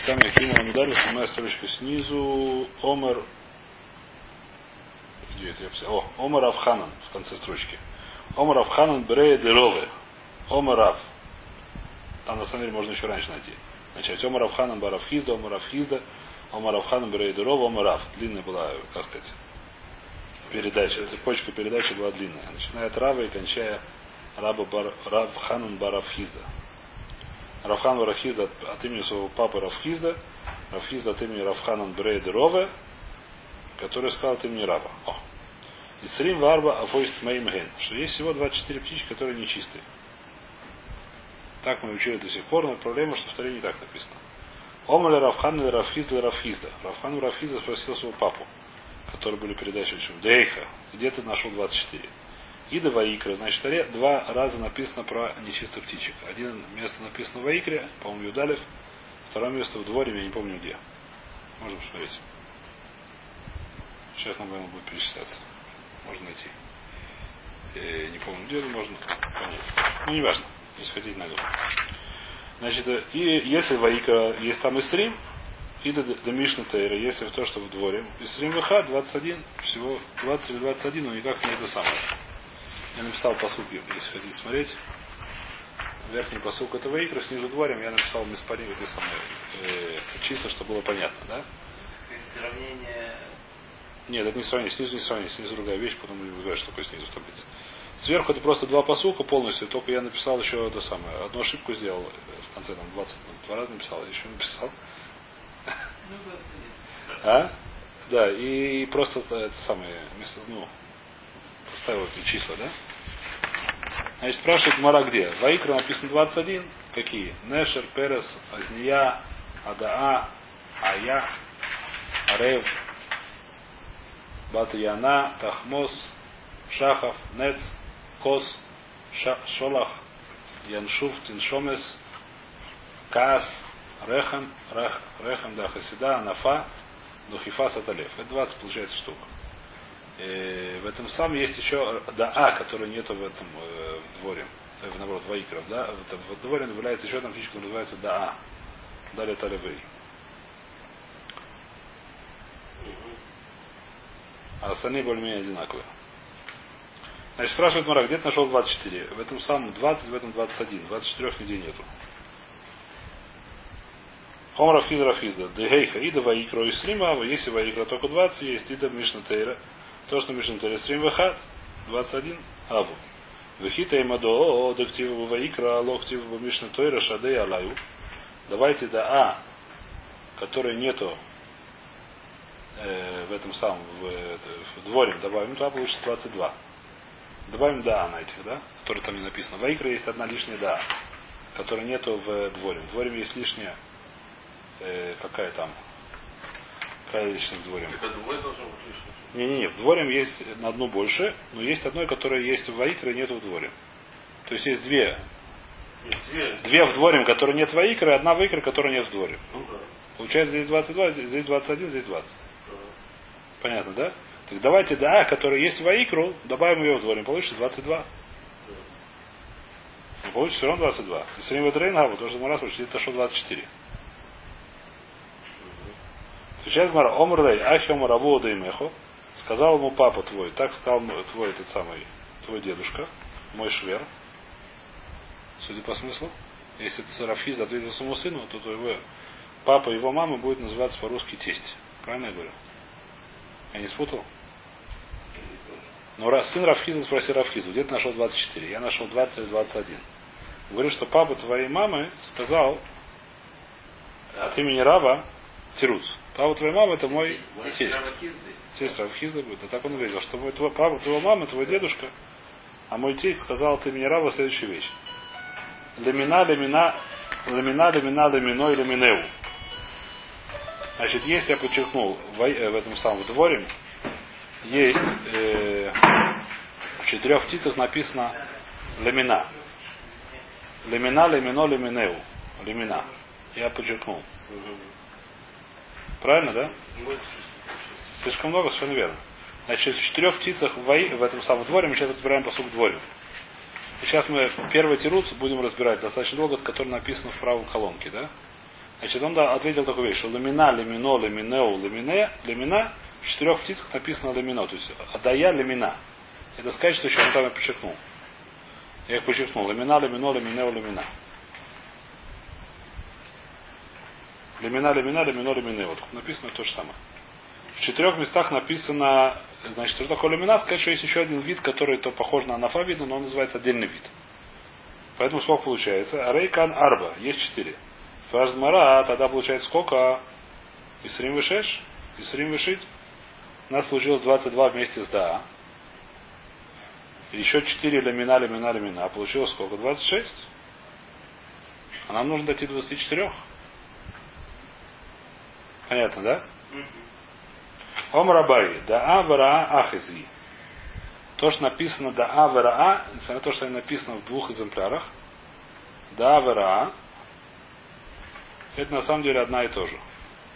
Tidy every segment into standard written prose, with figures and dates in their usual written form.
Самая Кима Амудару, самая строчка снизу. Омар. Где это я писал? Омар Авханан в конце строчки. Омар Авханан Брея Дерове. Омар Ав. Там на самом деле можно еще раньше найти. Начать. Омар Авханан Баравхизда, Омар Авхизда, Омар Авханан Брея Дерове, Омар Ав. Длинная была, как сказать, передача. Цепочка передачи была длинная. Начиная от Рава и кончая Равханан Баравхизда. Равхан Барахизда от имени своего папы Равхизда, Равхизда от имени Равханан Брея Дерове, который сказал от имени Рава. Исрим Варба Афойст Меймген, что есть всего 24 птички, которые нечистые. Так мы учили до сих пор, но проблема, что в Торе не так написано. Омаля Равхан или Равхизда Равхизда. Равхан Равхизда спросил своего папу, которые были передачи учим. Дейха, где ты нашел 24? Ида Ваикра, значит, в Торе два раза написано про нечистых птичек. Один место написано в Ваикре, по-моему, Юдалев. Второе место в Дворе, я не помню где. Можно посмотреть. Сейчас нам будет перечисляться. Можно найти. Не помню где, но можно понять. Ну, неважно. Если хотите, найду. Значит, и если Ваикра есть там Исрим, и до Мишна Тейра, если то, что в Дворе. Исрим ВХ 21, всего 20 или 21, но никак не это самое. Я написал посук, если хотите смотреть. Верхний посук это Ваикра, снизу Дворем я написал Миспарим, эти самые числа, чтобы было понятно, да? Сравнение. Нет, это не сравнение, снизу другая вещь, потом будем выбирать, что такое снизу в таблице. Сверху это просто два посука полностью, только я написал еще это самое. Одну ошибку сделал в конце, там 22 раза написал, еще написал. А? Да, и просто это самое, поставил эти числа, да? Значит, спрашивает Мара где? В Ваикра написано 21. Какие? Нешер, Перес, Азния, Адаа, Ая, Арев, Батаяна, Тахмос, Шахав, Нец, Кос, Шолах, Яншуф, Тиншомес, Каас, Рехам, да, Хасида, Нафа, Нухифа, Саталев. Это 20 получается штук. В этом самом есть еще Даа, который нету в этом в Дворе. Наоборот, Ваикрав, да? В Дворе является еще одна птичка, которая называется Даа. Далее Талевей. А остальные более-менее одинаковые. Значит, спрашивает Мара, где ты нашел 24? В этом самом 20, в этом 21. 24 нигде нету. Хом Рафхиза Рафхизда. Дегейха. Ида Ваикро и Срима. Если Ваикро только 20, есть Ида Мишна Тейра. То, что Мишна Тейра Срим Вахат. 21. Аву. Вехита и Мадо. Дектива Ваикро. Локтива Мишна Тейра. Шадей Алаю. Давайте да который нету в этом самом в Дворе добавим, туда получится 22. Добавим да на этих, да, которые там не написано. В Ваикре есть одна лишняя да, которая нету в Дворе. В Дворе есть лишняя какая лишняя в Дворе? Не, в Дворе есть на одну больше, но есть одной, которая есть в Ваикре и нету в Дворе. То есть есть две в Дворе, которые нет в Ваикре, и одна в Ваикре, которая нет в Дворе. Получается здесь 22, здесь 21, здесь 20. Понятно, да? Так давайте да, которая есть в Ваикру, добавим ее в Дворе, получится 22. Получится все равно 22. Если не в Дрейнгаву, то что мы раз учили, это что 24. Отвечает Гмара, Омрдей, Ахиому Раву Деймехо, сказал ему папа твой, так сказал твой этот самый, твой дедушка, мой швер, судя по смыслу. Если это Равхиз ответил своему сыну, то его папа и его мама будет называться по-русски тесть. Правильно я говорю? Я не спутал? Но сын Равхиза спросил Равхизу, где ты нашел 24? Я нашел 20 или 21. Говорит, что папа твоей мамы сказал от имени Рава Тируц. Папа твоей мамы это мой тесть. Тесть Равхизда будет. А так он говорил, что папа твоего мамы, твой дедушка, а мой тесть сказал от имени Рава следующую вещь. Лемина, леминой, леминеу. Значит, есть, я подчеркнул, в этом самом Дворе есть в 4 птицах написано лемина. Лемина, лемино, леминеу. Лемина. Я подчеркнул. Правильно, да? Слишком много, совершенно верно. Значит, в 4 птицах в этом самом Дворе мы сейчас разбираем посук Дворе. И сейчас мы первый тируц будем разбирать достаточно долго, который написан в правой колонке, да? Значит, он ответил такую вещь, что ламина, лемино, леминеу, лемине, лемина, в 4 птицах написано лемино. То есть адая, лемина. Это сказать, что еще он там я подчеркнул. Я их подчеркнул. Лемина, лемино, леминеу, лемина. Лемина, лемина, лемино, леминеу. Вот написано то же самое. В 4 местах написано, значит, что такое лемина, сказать, что есть еще один вид, который то похож на анафа вида, но он называется отдельный вид. Поэтому сколько получается? Арейкан арба. Есть 4. Фазмара, тогда получается сколько? Исрим вышеш? Исрим вышить? У нас получилось 22 вместе с да. Еще 4 лемина, лемина, лемина. Получилось сколько? 26. А нам нужно дойти до 24. Понятно, да? Омрабай, да авара ахизи. То, что написано да авара, несмотря на то, что написано в 2 экземплярах, да авара, это на самом деле одна и то же.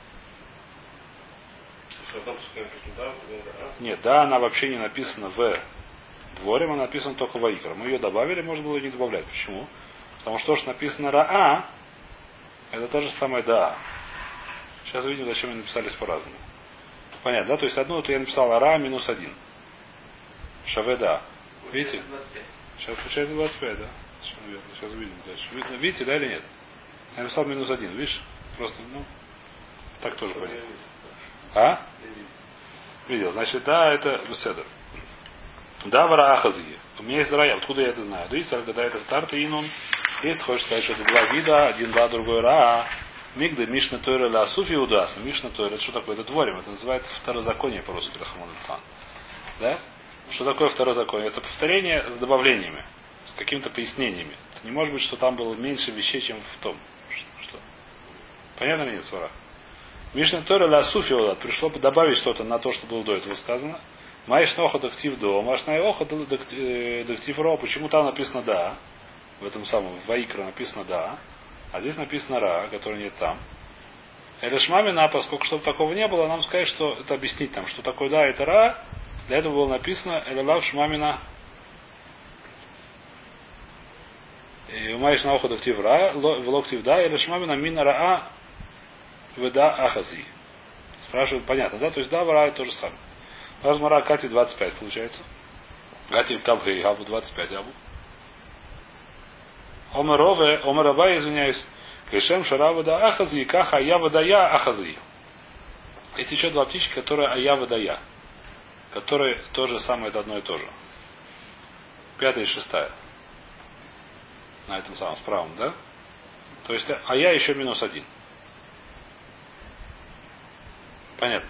Нет, да, она вообще не написана в дворе, она написана только в Аикра. Мы ее добавили, можно было и не добавлять. Почему? Потому что то, что написано Раа, это то же самое да. Сейчас увидим, зачем мы написались по-разному. Понятно, да? То есть одну вот я написал Ара минус 1. Шаве да. Видите? 25. Сейчас получается 25, да? Совершенно верно. Сейчас увидим дальше. Видите, да или нет? Я написал минус 1, видишь? Просто, так тоже понятно. А? Видел. Значит, да, это беседа. Да, вара ахази. У меня есть рая. Откуда я это знаю? Видите, когда это тарта инун. Есть, хочешь сказать, что это 2 вида, один да, другой ра. Мигда, Мишна Тойра ля Асуфи Удаса. Мишна Тойра, это что такое? Это дворим. Это называется второзаконие по-русски, Рахман Ицан. Да? Что такое второзаконие? Это повторение с добавлениями, с какими-то пояснениями. Это не может быть, что там было меньше вещей, чем в том. Что? Понятно ли нет, свара? Мишна Тойра ля Асуфи Удаса. Пришло бы добавить что-то на то, что было до этого сказано. Маиш ноха дактив до, машна оха дактив ро. Почему там написано да? В этом самом, в Ваикра написано да. А здесь написано Ра, который нет там. Это Шмамина, поскольку чтобы такого не было, нам сказать, что это объяснить там, что такое да, это Ра. Для этого было написано Элалав Шмамина. И умаешь на охоту ктив Ра, влоктив да, или Шмамина мина Раа веда Ахази. Спрашивают, понятно, да? То есть да, Ра это то же самое. Размара Кати 25 получается. Кати Кавгей Гаву 25 Гаву. Омерове, Омераба, извиняюсь, Кешем Шарава да Ахази, Каха Аява да Я Ахази. Есть еще 2 птички, которые Аява да Я, которые то же самое, это одно и то же. 5 и 6. На этом самом, с правым, да? То есть Ая еще минус 1. Понятно?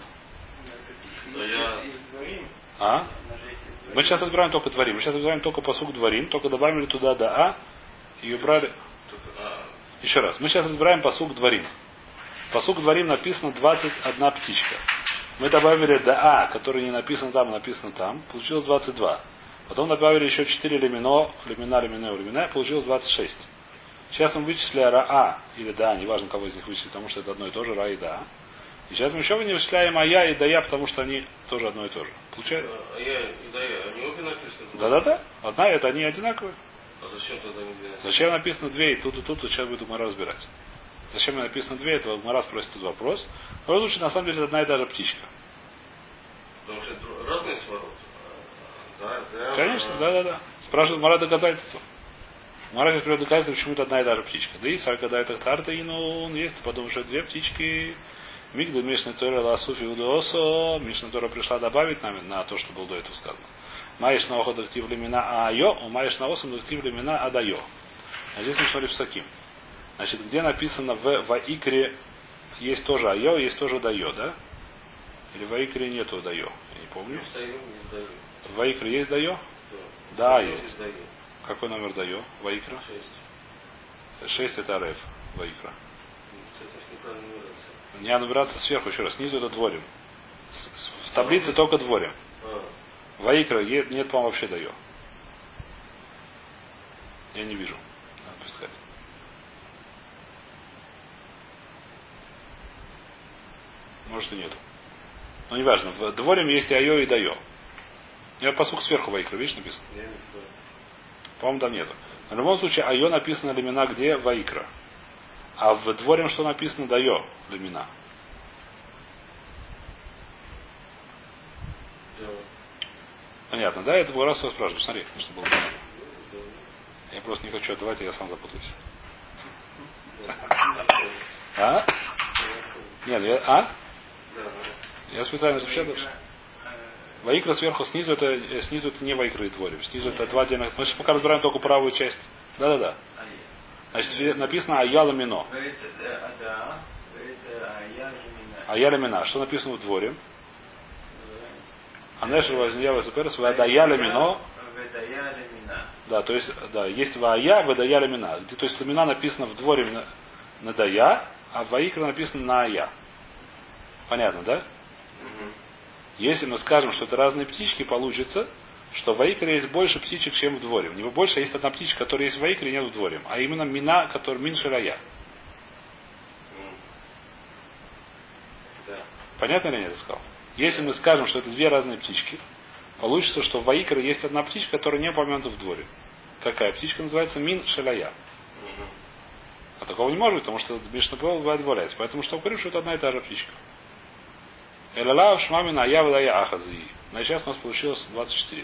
А? Мы сейчас разбираем только дворим. Мы сейчас разбираем только посук дворим, только добавили туда да А и убрали. Еще раз. Мы сейчас разбираем посук дворим. Посук дворим написано 21 птичка. Мы добавили да А, который не написан там, а написан там. Получилось 22. Потом добавили еще 4 лемино, лемина, получилось 26. Сейчас мы вычислили Ра или да, неважно кого из них вычислить, потому что это одно и то же, Ра и да. И сейчас мы еще вычисляем Ая и Дая, потому что они тоже одно и то же. Получается? Ая и Дая, они обе написаны? Да. Одна, это они одинаковые. А зачем тогда не 12? Зачем написано 2 и тут, сейчас будет Гмара разбирать. Зачем написано 2, это Гмара спросит этот вопрос. Но лучше, на самом деле, это одна и та же птичка. Потому что это разные сворот. Да. Конечно, да. Спрашивает Гмара доказательства. Гмара сейчас приводит доказательства, почему это одна и та же птичка. Да и когда это тарта и он есть, ты подумаешь, что 2 птички. Мигда Мишна Тора Ласуфи Удоосо. Мишна Тора пришла добавить нам на то, что было до этого сказано. Маешь на охот актив лемина айо, маешь на осом актив лемина адайо. А здесь мы смотрим псаким. Значит, где написано в Ваикре есть тоже айо, есть тоже дайо, да? Или в Ваикре нету дайо? Я не помню. В Ваикре есть дайо? Да, есть. Какой номер дайо? Ваикра? 6 это Ареф. Ваикра. Не нумерация сверху, еще раз. Снизу это дворим. В таблице только дворим. Ваикра нет, по-моему, вообще дайо. Я не вижу. Надо искать. Может и нету. Но неважно. В дворим есть и айо, и дайо. Я посук сверху Ваикра, видишь, написано? По-моему, там нету. В любом случае, айо написано лемина где? Ваикра. А в дворе что написано дайо лемина? Да. Понятно, да? Это был раз я спрашиваю. Смотри, что было. Я просто не хочу отдавать, я сам запутаюсь. А? Нет, я специально вообще. Ваикра сверху, снизу это не ваикра и дворим. Снизу это два отдельных. Мы сейчас пока разбираем только правую часть. Да. Значит, написано Аяла Мино. Аяла Мина. Что написано в дворе? Анешер Вазниява Суперс Вадаяля Мино. Да, то есть, да, есть Вая, Вадаяля Мина. То есть Ламина написано в дворе на Дая, а в Ваикра написано на Ая. Понятно, да? Если мы скажем, что это разные птички, получится, что в Ваикре есть больше птичек, чем в дворе. У него больше есть одна птичка, которая есть в Ваикре, нет в дворе. А именно Мина, который Мин Ширая. Понятно ли я это сказал? Если мы скажем, что это две разные птички, получится, что в Ваикре есть одна птичка, которая не упомянута в дворе. Какая птичка называется Мин Ширая. А такого не может быть, потому что Мишнапол бывает отбавляется. Поэтому что говорим, что это одна и та же птичка. Элалав Шмамина Аявадая Ахази. На сейчас у нас получилось 24.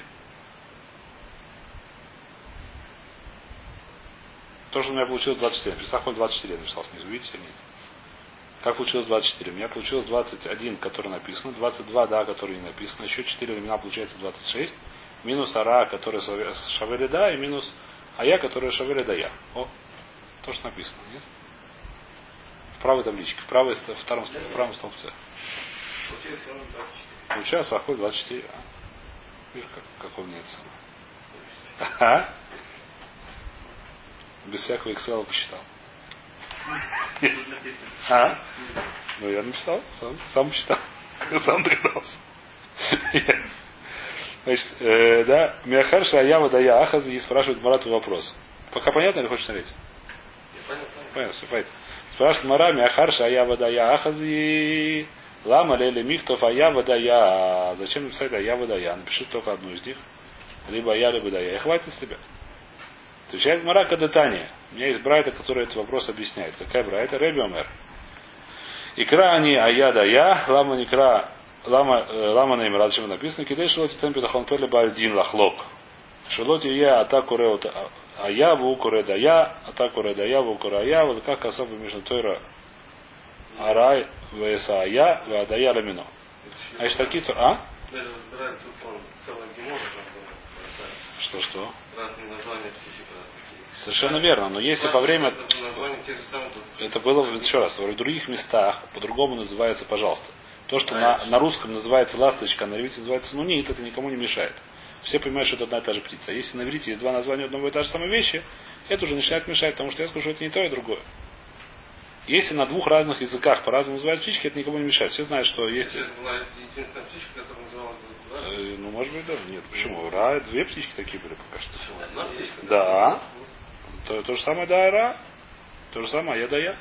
То, что у меня получилось 24. Написал хоть 24 я написал снизу. Видите или нет? Как получилось 24? У меня получилось 21, который написано. 22, да, который не написано. Еще 4 у меня получается 26. Минус Ара, который Шавеледа, и минус Ая, который Шавеледая. О, то, что написано, нет? В правой табличке. В правом столбце. Получается, охоть 24. Видишь, как он нет сама. Без всякого Excel посчитал. Ну, я написал, сам посчитал. Сам догадался. Значит, да, Миахарша Аява Дая Ахази спрашивает Марату вопрос. Пока понятно или хочешь смотреть? Понятно, все, понятно. Спрашивает Мара Миахарша Аява Дая Ахази. Лама лели михтов Аява Дая. Зачем написать Аява Дая? Напиши только одну из них. Либо я, либо Дая. И хватит с тебя. Отвечает Мара Кадатания. У меня есть брайта, который этот вопрос объясняет. Какая брайта? Реби Омер. Икра они Ая Дая. Лама Никра. Лама на имя Радшима написано. Кидей шелоти темпи тахон перли бальдин лахлок. Шелоти я атаку реут Ая ву куре Дая. Атаку ре Дая ву куре Ая. Вот как особо между Тойра Арай ВСА Ая Вадая Ламино. А есть такие... А? Что? Разные названия птичек разных. Совершенно верно, но если по время... Это было, еще раз, в других местах по-другому называется, пожалуйста. То, что на русском называется ласточка, а на иврите называется нунит, это никому не мешает. Все понимают, что это одна и та же птица. Если на иврите есть два названия одного и та же самой вещи, это уже начинает мешать, потому что я скажу, что это не то и другое. Если на двух разных языках по-разному называют птички, это никому не мешает. Все знают, что есть... Это была единственная птичка, которая называлась ну, может быть, да. Нет, почему? Ра, две птички такие были пока что. одна птичка? Да. То же самое, да, Ра. То же самое, я да я.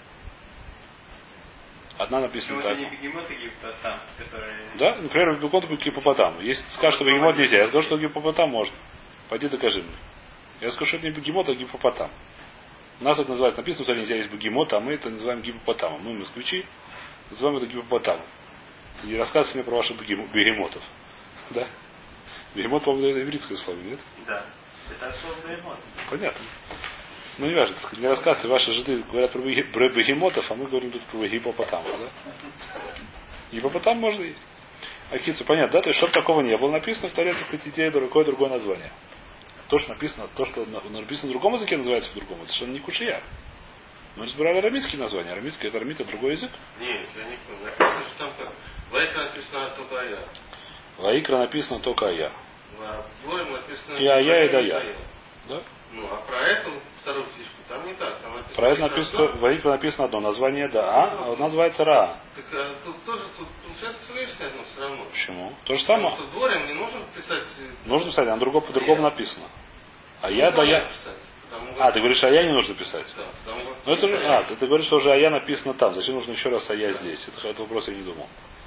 Одна написана так. Не бегемот и гипопотам, которые... Да, например, бегемот и гипопотам. Если скажешь, что бегемот нельзя, я скажу, что гипопотам можно. Пойди докажи мне. Я скажу, что это не бегемот, а гипопотам. У нас это называется, написано, что нельзя есть бегемот, а мы это называем гипопотамом. Мы, москвичи, называем это гипопотамом. Не рассказывайте мне про ваших бегемотов. Да? Бегемот, по-моему, это еврейское слово, нет? Да. Это слово бегемот. Понятно. Ну, не важно. Не рассказывайте, ваши жиды говорят про бегемотов, а мы говорим тут про гипопотамов, да? Гипопотам можно есть. Акицу, понятно, да? То есть, чтобы такого не было написано, в Торе, так идея другое название. То, что написано в другом языке, называется по-другому. Это совершенно не кушия. Мы разбирали арамитские названия. Арамитский это арамит, это другой язык. Нет, я не понял. Написано, что там как. Ваикра написано только Ая. Ваикра написано только Ая. В дворе написано и Ая, и Дая. Да? Ну, а про эту вторую птичку там не так. Там написано, про это написано, Ваикра написано одно название, да, а вот называется Ра. Так тут тоже получается слышно, но все равно. Почему? То же самое. Потому что в дворе не нужно писать. Нужно писать, а по-другому написано. Ая, Дая. Ты говоришь, Ая не нужно писать. Да, ну это же, ты говоришь, что уже Ая написано там. Зачем нужно еще раз Ая здесь? Это вопрос я не думал.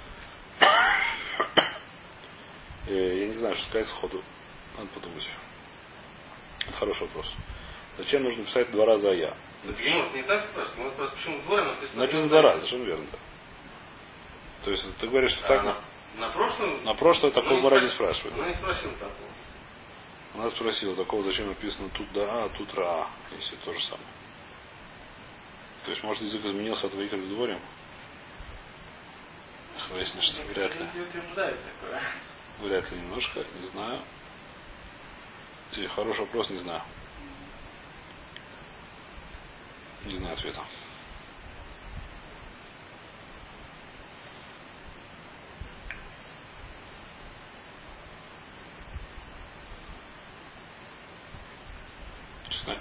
Я не знаю, что сказать сходу. Надо подумать. Это хороший вопрос. Зачем нужно писать два раза Ая? Так Гемор не так спрашивает, Гемор спрашивает, почему двое написано? Написано 2 раза, совершенно верно. Да. То есть ты говоришь, что так. На прошлом? На прошлое такого Гмара не спрашивает. Она не спросила такого. Она спросила такого, зачем написано тут да, а тут ра, если то же самое. То есть, может, язык изменился от Ваикра к дворям? Выяснишь, что вряд ли. Вряд ли немножко, не знаю. И хороший вопрос, не знаю. Не знаю ответа. Честно.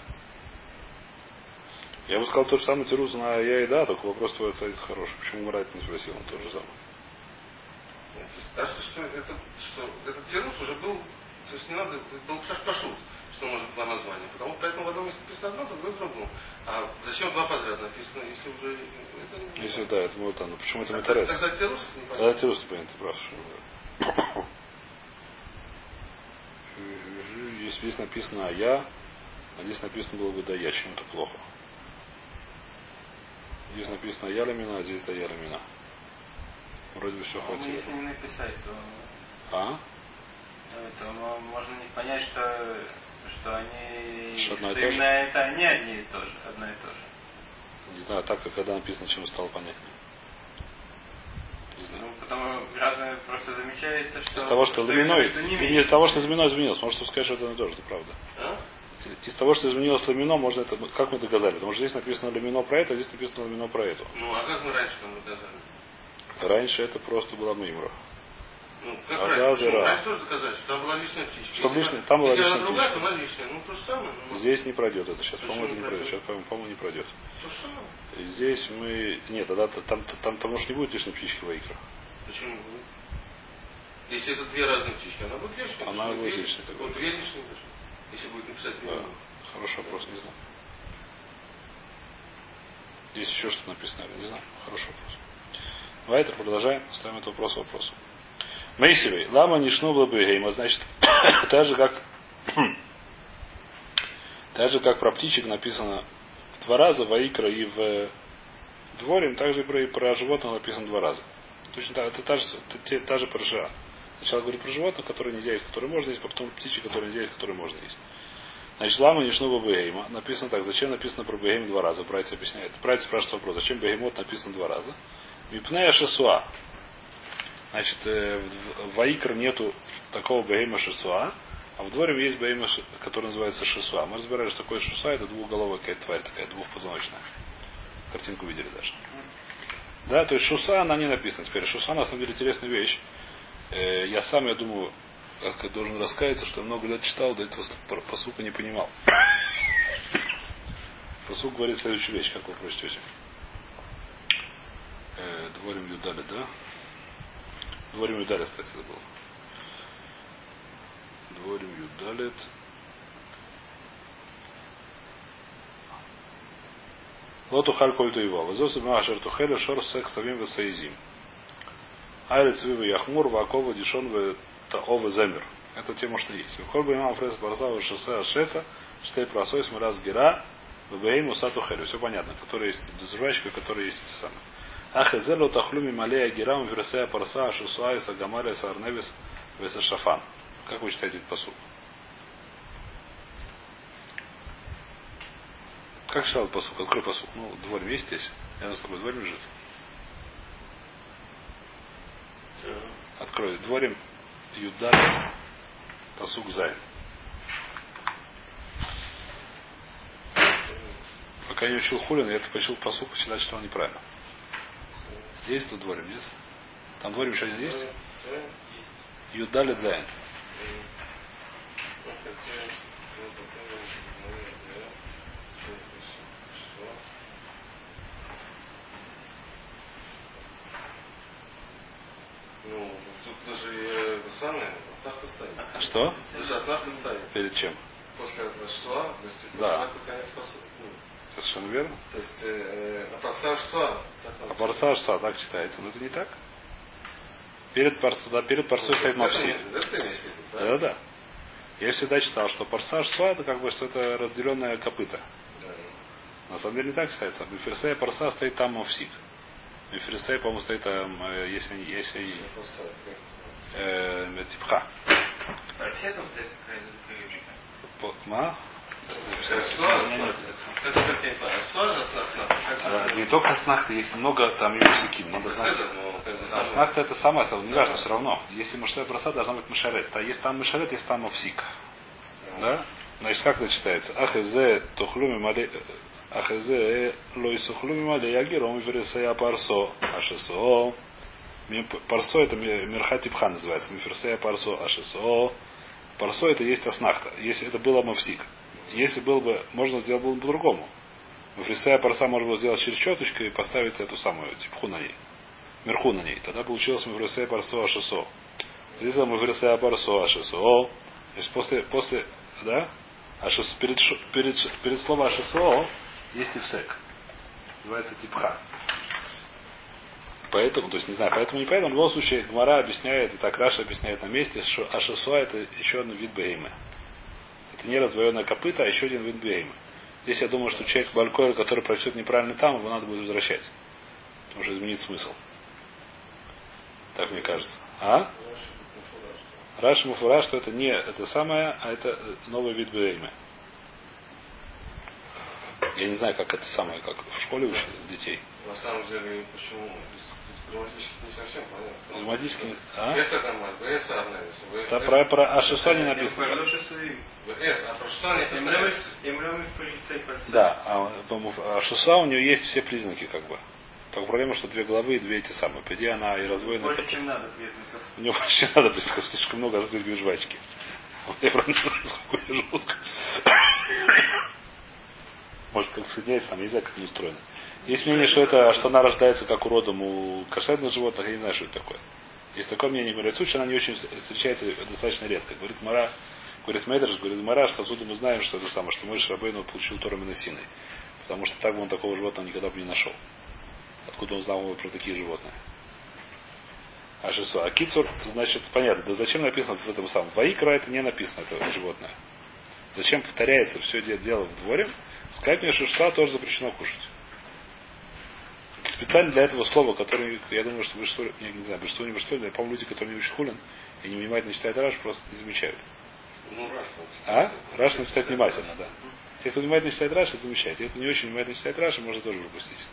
Я бы сказал тот же самый тирус на я и да, только вопрос твой отец хороший. Почему Мурат не спросил, он тот же самый. Кажется, что этот тирус уже был, то есть не надо, был пашут, что может два названия. Поэтому в одном месте написано одно, другое в другом. А зачем два подряд написано, если уже... Это... Если да, это вот оно. Почему это метарец? Тогда тирус не понятно. Тогда тирус не понятно, ты прав. Что здесь написано я, а здесь написано было бы да я, чем это плохо. Здесь написано я ламина, а здесь да я ламина. Вроде бы все хватило. Если не написать, то... А? То можно не понять, что они... Что одно и что то же? именно это они одни и то же, одно и то же. Не знаю, так как когда написано, чем стало понятнее. Не знаю. Ну, потому разное просто замечается, что... Из того, что ламиной, или из того, что ламиной изменилось, может сказать, что это не то же, это правда. А? Из того, что изменилось ламино, можно это, как мы доказали? Потому что здесь написано ламино про это, а здесь написано ламино про это. Ну, а как мы раньше там доказали? Раньше это просто была мимра. Ну, как А раньше? да, Раньше тоже доказали, что там была лишняя птичка. Что лишняя, там была если лишняя она другая, птичка. то она лишняя. Ну, то же самое. Ну, Здесь не пройдет это сейчас. Почему По-моему, это не не пройдет. пройдет? Сейчас, по-моему, не пройдет. то же самое. Здесь мы. Нет, тогда там может не будет лишней птички в Айкра. Почему будет? Если это две разные птички, она будет лишняя. Она будет лишней. Вот две лишние даже. Если будет написать две. Да. Хороший вопрос, не знаю. Здесь еще что написано, не знаю. Хороший вопрос. Вайтер, продолжаем. Ставим этот вопрос вопросу. Мейсивей. Лама нишну блабегейма. Значит, так же как про птичек написано 2 раза, в Аикра и в Дворим, также и про животных написано 2 раза. Точно так, это та же парша. Сначала говорит про животных, которые нельзя есть, которые можно есть, потом птичек, которые нельзя есть, которые можно есть. Значит, лама нишну бегейма. Написано так. Зачем написано про бегейм 2 раза? Братья объясняет. Братья спрашивают вопрос. Зачем бегемот написано 2 раза? Мипнея шесуа. Значит, в Аикр нету такого бегейма шесуа, а в дворе есть бегейма, который называется шесуа. Мы разбирали, что такое шесуа, это двухголовая какая-то тварь, такая двухпозвоночная. Картинку видели даже. Да, то есть шуса, она не написана. Теперь шуса, на самом деле, интересная вещь. Я сам, я думаю, должен раскаяться, что я много лет читал, до этого пасука не понимал. Пасук говорит следующую вещь, как вы прочтете. Дворим Юдали, да? Дворим Юдали, кстати, это был. Дворим Юдалит. Лоту халь коль туева. Вазосу махашер тухелю шор сек савим весаизим. Айлец вива яхмур вакова дишон таова земер. Это тема, что есть. Вихоль бы имам фрес барзава шосе ашеса, штей просой смираз гера, вбейм усату хелю. Все понятно. Которые есть жвачка, которые есть эти самые. Ахезелу тахлюми малея герам версея парса шусуайса гамалиса арневис веса шафан. Как вы читаете этот посуд? Как читал посуд? Открой посуд. Ну, дворим есть здесь. Я с тобой дворим лежит. Открой. Дворим Юдалит. Посук Зайн. Пока не учил Хулин, я это почил посук, всегда читал неправильно. Есть тут дворим, нет? Там дворим еще один есть? Юдалит Зайн. Ну, тут даже самое, отнахта стоит. А что? Даже отнахта стоит. Перед чем? После этого шла, то есть Да. это конец посуды. Совершенно верно. То есть, апарсаж шла. Апарса шла, так читается. Но это не так. Перед парсой стоит мапси. Да, да. Я всегда читал, что парса шла, это как бы что это разделенное копыто. На самом деле не так считается. Миферсея парса стоит там мавсик. Миферсея, по-моему, стоит там, если типха. Все там стоит какая-то Ма? Не только снахта, есть много там мюсиким. Надо знать. Снахта это самое, не важно, все равно. Если мужская проса, должна быть мышарет. А есть там мышарет, есть там мавсик. Да? Значит, как это читается? Ахезе тухлюми мале. Ахезе лой сухлюми мале ягиром вересея парсо. Ашесо. Парсо это мирхатипха называется. Миферсея парсо. Ашесо. Парсо это есть аснахта. Если это было мавсик. Если был бы, можно сделать было бы по-другому. Миферсея парса можно было сделать через четочку и поставить эту самую типху на ней. Мерху на ней. Тогда получилось миферсея парсо. Ашесо. Здесь миферсея парсо. Ашесо. То есть после да? Перед словом ашесо есть ивсек. Называется типха. Поэтому, то есть не знаю, поэтому не поэтому. В любом случае Гмара объясняет, и так Раша объясняет на месте, что ашесо это еще один вид беймы. Это не раздвоенное копыто, а еще один вид беймы. Здесь я думаю, что человек балькойр, который прочтет неправильно там, его надо будет возвращать. Потому что изменит смысл. Так мне кажется. А? Раши Муфура, что это не это самое, а это новый вид беймы. Я не знаю, как это самое, как в школе учат детей. На самом деле, почему? Грамматически не совсем понятно. Грамматически, а? ВС это нормально, ВС одна вещь. Это про Ашесо не написано. ВС, а про что не Да, а Ашесо у нее есть все признаки, как бы. Только проблема, что две главы и две эти самые. По идее, она и раздвоена. Больше, чем надо признаков. У нее вообще надо признаков, слишком много разных жвачки. Я правда не знаю, сколько жутко. Может, как соединяется, там, я не знаю, как не устроено. Есть мнение, что она рождается как уродом у кошерных животных, я не знаю, что это такое. Есть такое мнение, говорят, случай, она не очень встречается достаточно редко. Говорит Мара, говорит Медреш, говорит Мара, что отсюда мы знаем, что это самое, что Мойши Рабейну получил Тору Минасиной. Потому что так бы он такого животного никогда бы не нашел. Откуда он знал про такие животные? А Кицур, значит, понятно, да зачем написано в этом самом? Ваикра это не написано, это животное. Зачем повторяется все дело в дворе? Сказать мне, что шла тоже запрещено кушать. Специально для этого слова, которое, я думаю, что вы что, я не знаю, что не вы что, я помню, люди, которые не учат хулин и не внимательно читают Раш, просто не замечают. Ну, Раш надо читать внимательно, да. Те, кто внимательно читает Раш, это замечает. Те, кто не очень внимательно читает Раш, можно тоже пропустить.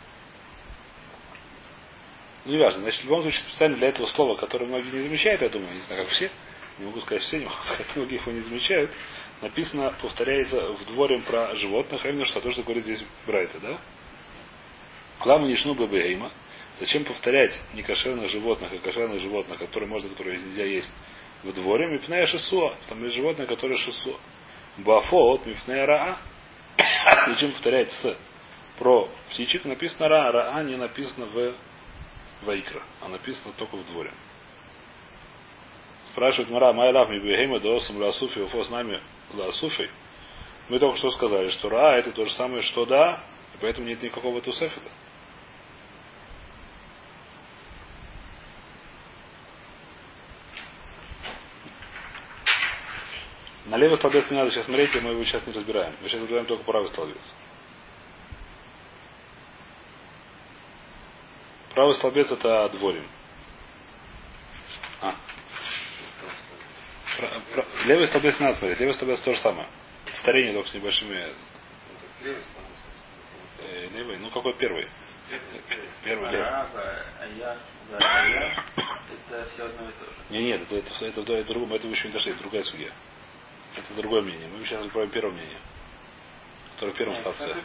Ну, не важно. Значит, в любом случае, специально для этого слова, которое многие не замечают, я думаю, не знаю, как все, не могу сказать все, не могу сказать, многие его не замечают, написано, повторяется в дворе про животных, а именно, что то, что говорит здесь Брайта, да? Лама нишну бабейма. Зачем повторять некошерных животных и кошерных животных, которые можно, которые нельзя есть в дворе? Мифная шисуа. Там есть животные, которые шисуа. Бафо от мифная раа. Зачем повторять с про птичек? Написано раа. Раа не написано в Ваикра, а написано только в дворе. Спрашивает Мара, Майлав ми бегейма доосам ласуфи, уфо с нами ласуфи. Мы только что сказали, что Ра это то же самое, что да, и поэтому нет никакого тусефета. На левый столбец не надо сейчас смотреть, и мы его сейчас не разбираем. Мы сейчас разбираем только правый столбец. Правый столбец это дворим. Левый столбец не надо смотреть. Левый столбец то же самое. Повторение только с небольшими. Левый? Ну какой первый? Первый левый. Это все одно и то же. Нет, это другое, это вы еще не дошли, это другая судья. Это другое мнение. Мы сейчас разбираем первое мнение. Которое в первом столбце.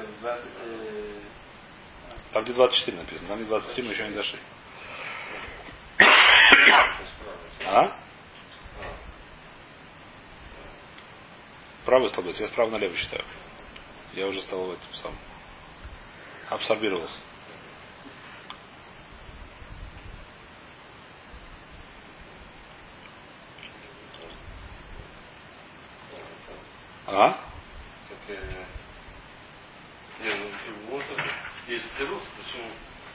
Там где 24 написано, там где 23 мы еще не дошли. А? Правый столбец, я справа налево считаю. Я уже стал в этом самом. Абсорбировался. А? Есть цирус, почему?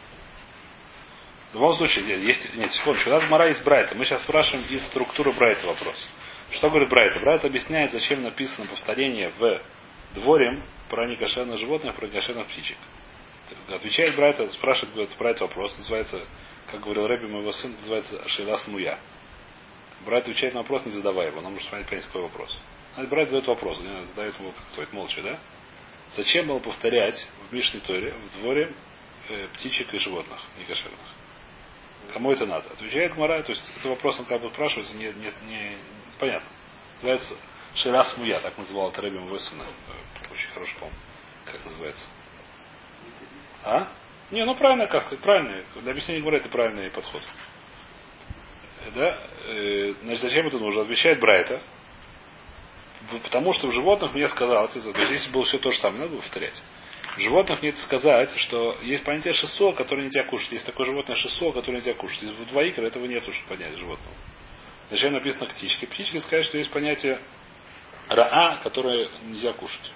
В любом случае, есть. Нет, секундочку, у нас Мара из Брайта. Мы сейчас спрашиваем из структуры Брайта вопрос. Что говорит Брайта? Брайта объясняет, зачем написано повторение в Дворим про некошерных животных, про некошерных птичек. Отвечает Брайта, спрашивает, говорит, Брайт вопрос, называется, как говорил Рэбби, моего сына, называется Шейла Смуя. Брайт отвечает на вопрос, не задавая его, он может понять, какой вопрос. Брайт задает вопрос, задает ему, как сказать, молча, да? Зачем было повторять в Мишной Торе, в дворе птичек и животных некошерных? Кому это надо? Отвечает Гмара, то есть это вопрос, он как бы спрашивается, не понятно. Называется Шейла Смуя, так называл это Рэбби моего сына. Очень хороший, помню, как называется. А? Не, ну правильно, как сказать, правильно. Для объяснения Гмара это правильный подход. Да? Значит, зачем это нужно? Отвечает Брайта. Потому что в животных мне сказал, то есть если было все то же самое, надо было повторять. В животных мне сказать, что есть понятие шисо, которое нельзя кушать. Есть такое животное шисо, которое нельзя кушать. Из двоикра этого нет, чтобы понять животного. Зачем написано птички? Птички сказать, что есть понятие раа, которое нельзя кушать.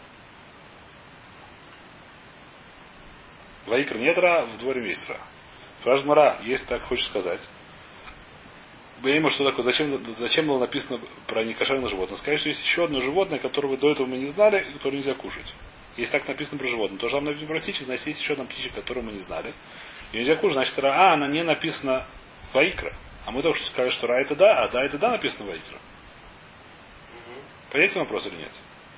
В Ваикр нет ра, в дворе есть ра. Спрашивает Мара, если так хочешь сказать. Ему что такое? Зачем было написано про некошерное животное? Сказать, что есть еще одно животное, которого до этого мы не знали, и которое нельзя кушать. Если так написано про животное, то же самое написано про птичек, значит, есть еще одна птичка, которую мы не знали. И нельзя кушать, значит, ра, она не написана в Ваикра. А мы только что сказали, что ра это да, а да это да написано в Ваикра. Понятен вопрос или нет?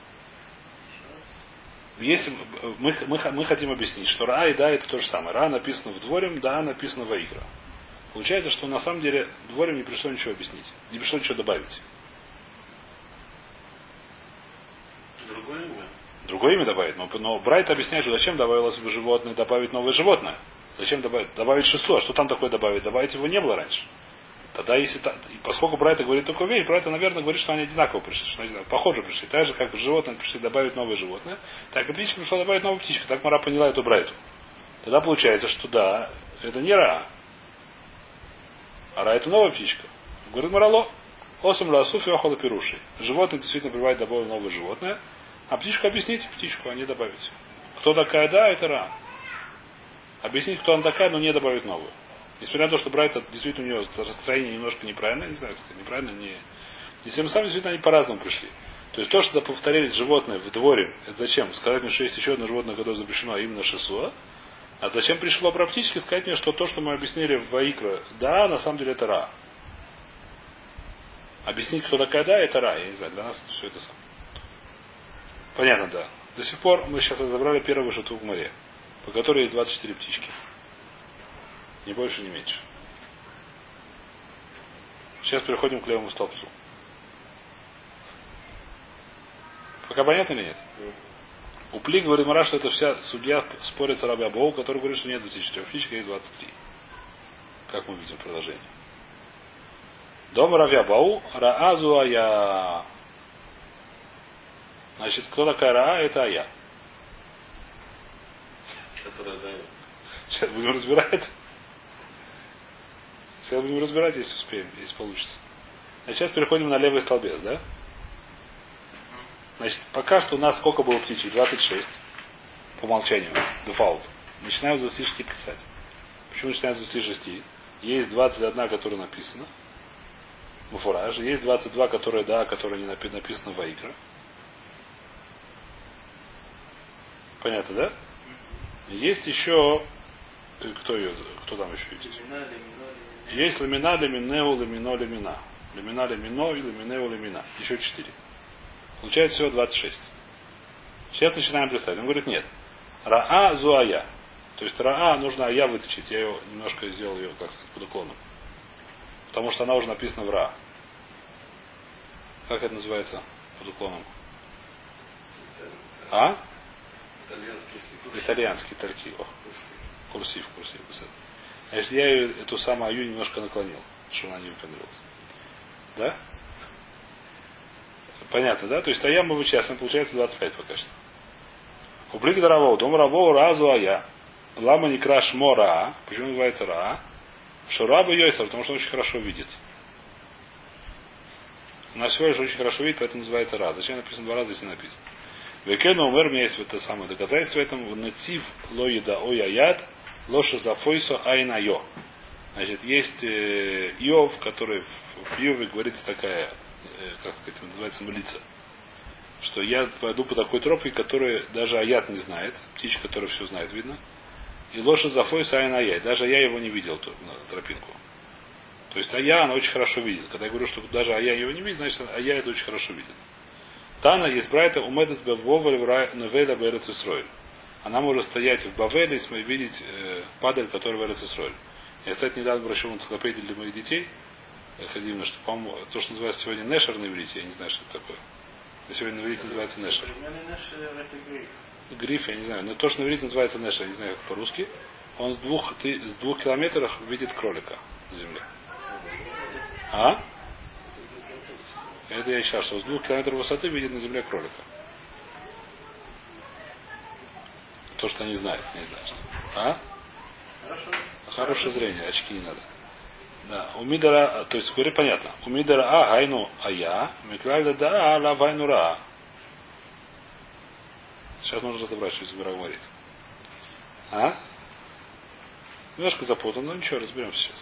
Если мы хотим объяснить, что ра и да это то же самое. Ра написано в дворе, да написано в Ваикра. Получается, что на самом деле дворем не пришло ничего объяснить. Не пришло ничего добавить. Другое имя? Другое имя добавить. Но Брайт объясняет, что зачем добавилось бы животное, добавить новое животное. Зачем добавить? Добавить шисо. А что там такое добавить? Добавить его не было раньше. Тогда, если поскольку Брайта говорит такую вещь, Брайта, наверное, говорит, что они одинаково пришли, что они похоже пришли. Так же, как животные пришли добавить новое животное, так и птичка пришла добавить новую птичку. Так Мара поняла эту Брайту. Тогда получается, что да, это не ра. А ра это новая птичка. Говорит Марало. Осам ласуф и охола пируши. Животное действительно прибывает добавить новое животное. А птичку объясните птичку, а не добавить. Кто такая, да, это ра. Объяснить, кто она такая, но не добавить новую. Несмотря на то, что Брайт действительно у него расстроение немножко неправильное, не знаю, как сказать, неправильно, не всем самым действительно они по-разному пришли. То есть то, что повторились животные в дворе, это зачем? Сказать мне, что есть еще одно животное, которое запрещено, а именно шисо. А зачем пришло про птички? Сказать мне, что то, что мы объяснили в Ваикра, да, на самом деле это ра. Объяснить, кто такая да, это ра. Я не знаю, для нас это все это самое. Понятно, да. До сих пор мы сейчас разобрали первую шату в море, по которой есть 24 птички. Ни больше, ни меньше. Сейчас переходим к левому столбцу. Пока понятно или нет? У Пли говорит Мара, что это вся судья спорит с Раби Абоу, который говорит, что нет 24 птичек, а есть 23. Как мы видим в продолжении. Дома Раби Абоу, Раазу Ая. Значит, кто такая Раа? Это Ая. Которая дает. Сейчас будем разбирать. Сейчас будем разбирать, если успеем, если получится. Значит, сейчас переходим на левый столбец, да? Значит, пока что у нас сколько было птичек? 26. По умолчанию. Дефолт. Начинаем с 26 писать. Почему начинаем с 26? Есть 21, которая написана. Муфураж. Есть 22, которые да, которые не написано в Ваикра. Понятно, да? Есть еще. Кто там еще есть? Есть ламина, ламинеу, ламино, ламина. Ламина, ламино и ламинеу, ламина. Еще 4. Получается всего 26. Сейчас начинаем писать. Он говорит, нет. Раа зуая. То есть Раа нужно ая вытащить. Я ее немножко сделал ее, как сказать, под уклоном. Потому что она уже написана в Ра. Как это называется под уклоном? А? Итальянский, тальки. Курсив. Значит, я ее, эту самую аю немножко наклонил, чтобы она не выпендрилась. Да? Понятно, да? То есть ая мы вычислим, получается 25 пока что. Ублик даравоу, дом равоу разу ая. Лама не краш мора. Почему называется ра? Шураба йойса, потому что он очень хорошо видит. Она всего лишь очень хорошо видит, поэтому называется ра. Зачем написано 2 раза, если написано? Векену умер, у меня есть это самое доказательство этому. Нацив лоида ояят, лоша зафойсо айна йо. Значит, есть Иов, который в Иове говорится такая, как сказать, называется молиться. что я пойду по такой тропе, которую даже аят не знает, птичка, которая все знает, видно. И лошадь зафой сайн ая. Даже я его не видел, на тропинку. То есть ая, она очень хорошо видит. Когда я говорю, что даже ая его не видит, значит ая это очень хорошо видит. Тана есть брайта умедет бевовель невеля берец Исроэль. Она может стоять в Бавеле и видеть падаль, который в Эрец Исроэль. Я, кстати, недавно бросил энциклопедию для моих детей. Ходивно, что, по-моему, то, что называется сегодня Нешер на иврите, я не знаю, что это такое. Это сегодня на иврите называется Нешер. Гриф, я не знаю. Но то, что на иврите называется Нешер, я не знаю, как по-русски. Он с 2 километров видит кролика на земле. А? Это я считаю, что с 2 километров высоты видит на земле кролика. То, что они знают, не знают, что. А? Хорошо. Хорошее зрение, очки не надо. Да. Умидара, то есть, говорит, понятно. Умидара гайну ая, миклайда да ла вайну ра. Сейчас нужно разобрать, что Гмара говорит. А? Немножко запутан, но ничего, разберемся сейчас.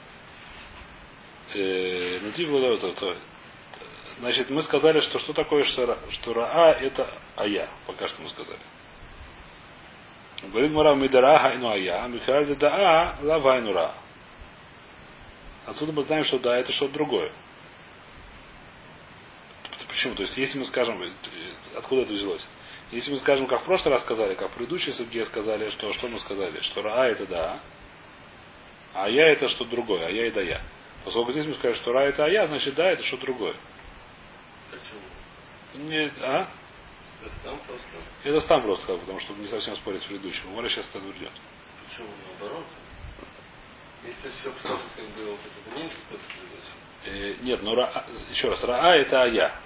Значит, мы сказали, что такое, что Раа это Ая. Пока что мы сказали. Говорит Мара Мидара Хайну Ая, Михаэль да Лавайну Ра. Отсюда мы знаем, что да, это что-то другое. Почему? То есть, если мы скажем, откуда это взялось? Если мы скажем, как в прошлый раз сказали, как в предыдущей судье сказали, что мы сказали? Что Раа это да, а я это что-то другое, а я это я. Поскольку здесь мы сказали, что Ра это я, значит да, это что-то другое. Почему? Нет, а? Там просто. Это там просто сказал, потому что не совсем спорит с предыдущим. Мора сейчас это утверждет. Почему наоборот? Если все просто как бы вот это меньше спорит. Нет, но еще раз, Раа это Ая.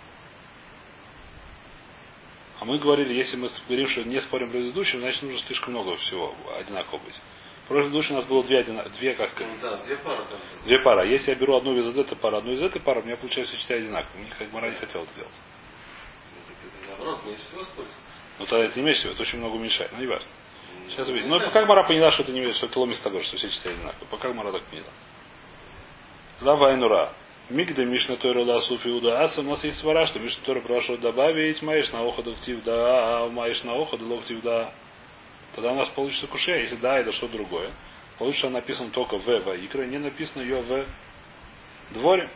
А мы говорили, если мы говорим, что не спорим предыдущим, значит нужно слишком много всего одинаково быть. В предыдущем у нас было две, как сказать. Ну, да, две пары там. Две пары. А если я беру одну из этой пары, одну из этой пары, у меня получается все читать одинаково. Мне как Мара не хотел это делать. Ну, так это наоборот, меньше всего спорить. Ну тогда это не меньше всего, это очень много уменьшает. Ну не важно. Сейчас увидим. Ну пока Мара поняла, что это не что это ломис табор, что все читают одинаково. Пока Мара так поняла. Лава Айнура. Мигда Мишна Тойра Ласу Фиуда Аса. У нас есть свара, что Мишна Тойра прошу добавить маешь на оходу ктив да, а маешь на оходу локтив да. Тогда у нас получится куше, если да, это что другое. Получится написано только в Ваикра, не написано ее в дворе.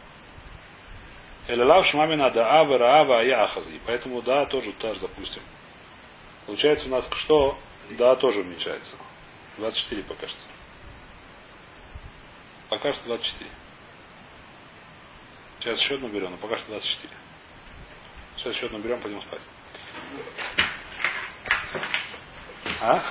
Элелав шмамина да ава раава ая ахази. Поэтому да тоже допустим. Получается у нас что? Да тоже уменьшается. 24 пока что. Пока что 24. Сейчас еще одну берем, но пока что 24. Сейчас еще одну берем, пойдем спать. А?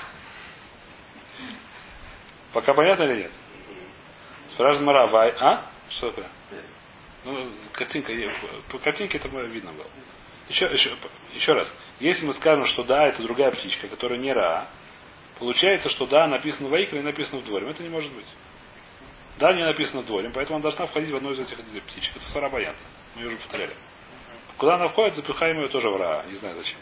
Пока понятно или нет? Спрашивает Мара, вай, а? Что такое? Ну, картинка, по картинке это видно было. Еще раз. Если мы скажем, что да, это другая птичка, которая не Ра, получается, что да, написано в Ваикре и написано в дворе. Это не может быть. Да, не написано в дворе, поэтому она должна входить в одну из этих птичек. Это свара понятно. Мы ее уже повторяли. Куда она входит, запихаем ее тоже в Ра. Не знаю зачем.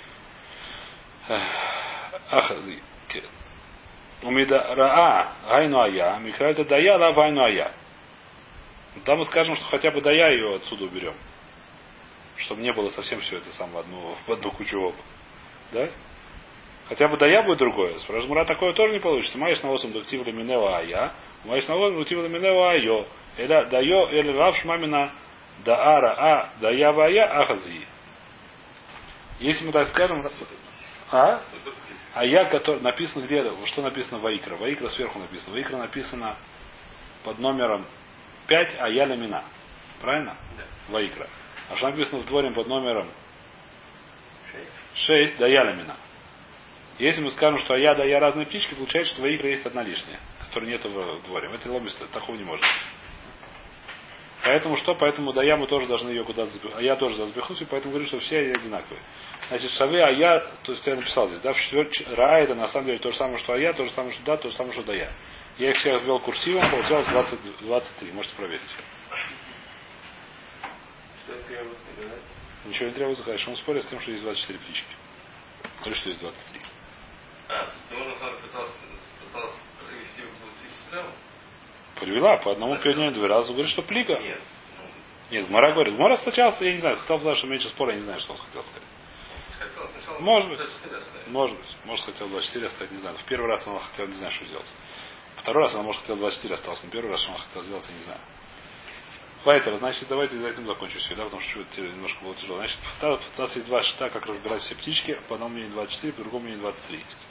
Ахазы. Умида Раа, Гайну Ая, Михаэль Дая, Ла Вайну Ая. Там мы скажем, что хотя бы Дая ее отсюда уберем. Чтобы не было совсем все это сам в одну кучу оба. Да? Хотя бы Дая будет другое. Спрашивает Мара, такое тоже не получится. Маешь на осом дактив ламинева Ая, маешь на осом дактив ламинева Айо. Эля Дайо, Эля Равш Мамина, Даара А, Дая Вая, Ахази. Если мы так скажем, а я, который написано где, что написано Ваикра? Ваикра сверху написано. Ваикра написано под номером 5, а я ламина. Правильно? Да. Ваикра. А что написано в дворе под номером 6, да я ламина. Если мы скажем, что ая да я разные птички, получается, что Ваикра есть одна лишняя, которой нет в дворе. В этой ломис такого не может. Поэтому что? Поэтому да я мы тоже должны ее куда-то запихнуть. А я тоже запихнуть, и поэтому говорю, что все одинаковые. Значит, шавы ая, то есть я написал здесь, да, ра это на самом деле то же самое, что ая, то же самое, что да, то же самое, что да я. Я их всех ввел курсивом, получалось 23. Можете проверить. Что требуется сказать? Ничего не требуется сказать, что он спорит с тем, что есть 24 птички. Говорит, что есть 23. Ну он сам пытался провести в 24. Привела по одному перед ней 2 раза. Говорит, что плига. Нет. Нет, Гмара говорит. Гмара стачался, я не знаю, хотел сказать, что меньше спора, я не знаю, что он хотел сказать. Хотел сначала Может быть. 24 оставить. Может быть. Может, хотел 24 оставить, не знаю. В первый раз он хотел, не знаю, что сделать. Второй раз она, может, хотел 24 осталось, но первый раз, что он хотел сделать, я не знаю. Вайтер, значит, давайте за этим закончим всегда, потому что это немножко было тяжело. Значит, у нас есть два шита, как разбирать все птички. По одному мнению 24, по другому мнению 23 есть.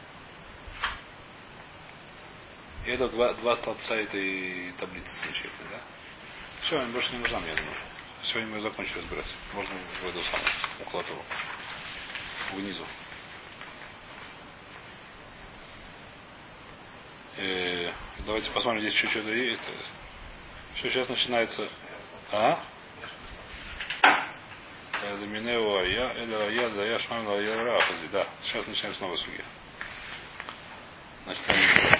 И это два столбца этой таблицы замечательной, да? Все, им больше не нужна, мне думаю. Сегодня мы закончили разбирать. Можно в эту самую, около того. Внизу. Давайте посмотрим, здесь чуть-чуть есть. Все, сейчас начинается. А? Доминео я, да, я шмам, я рафази, да. Сейчас начинается новая судья. Значит,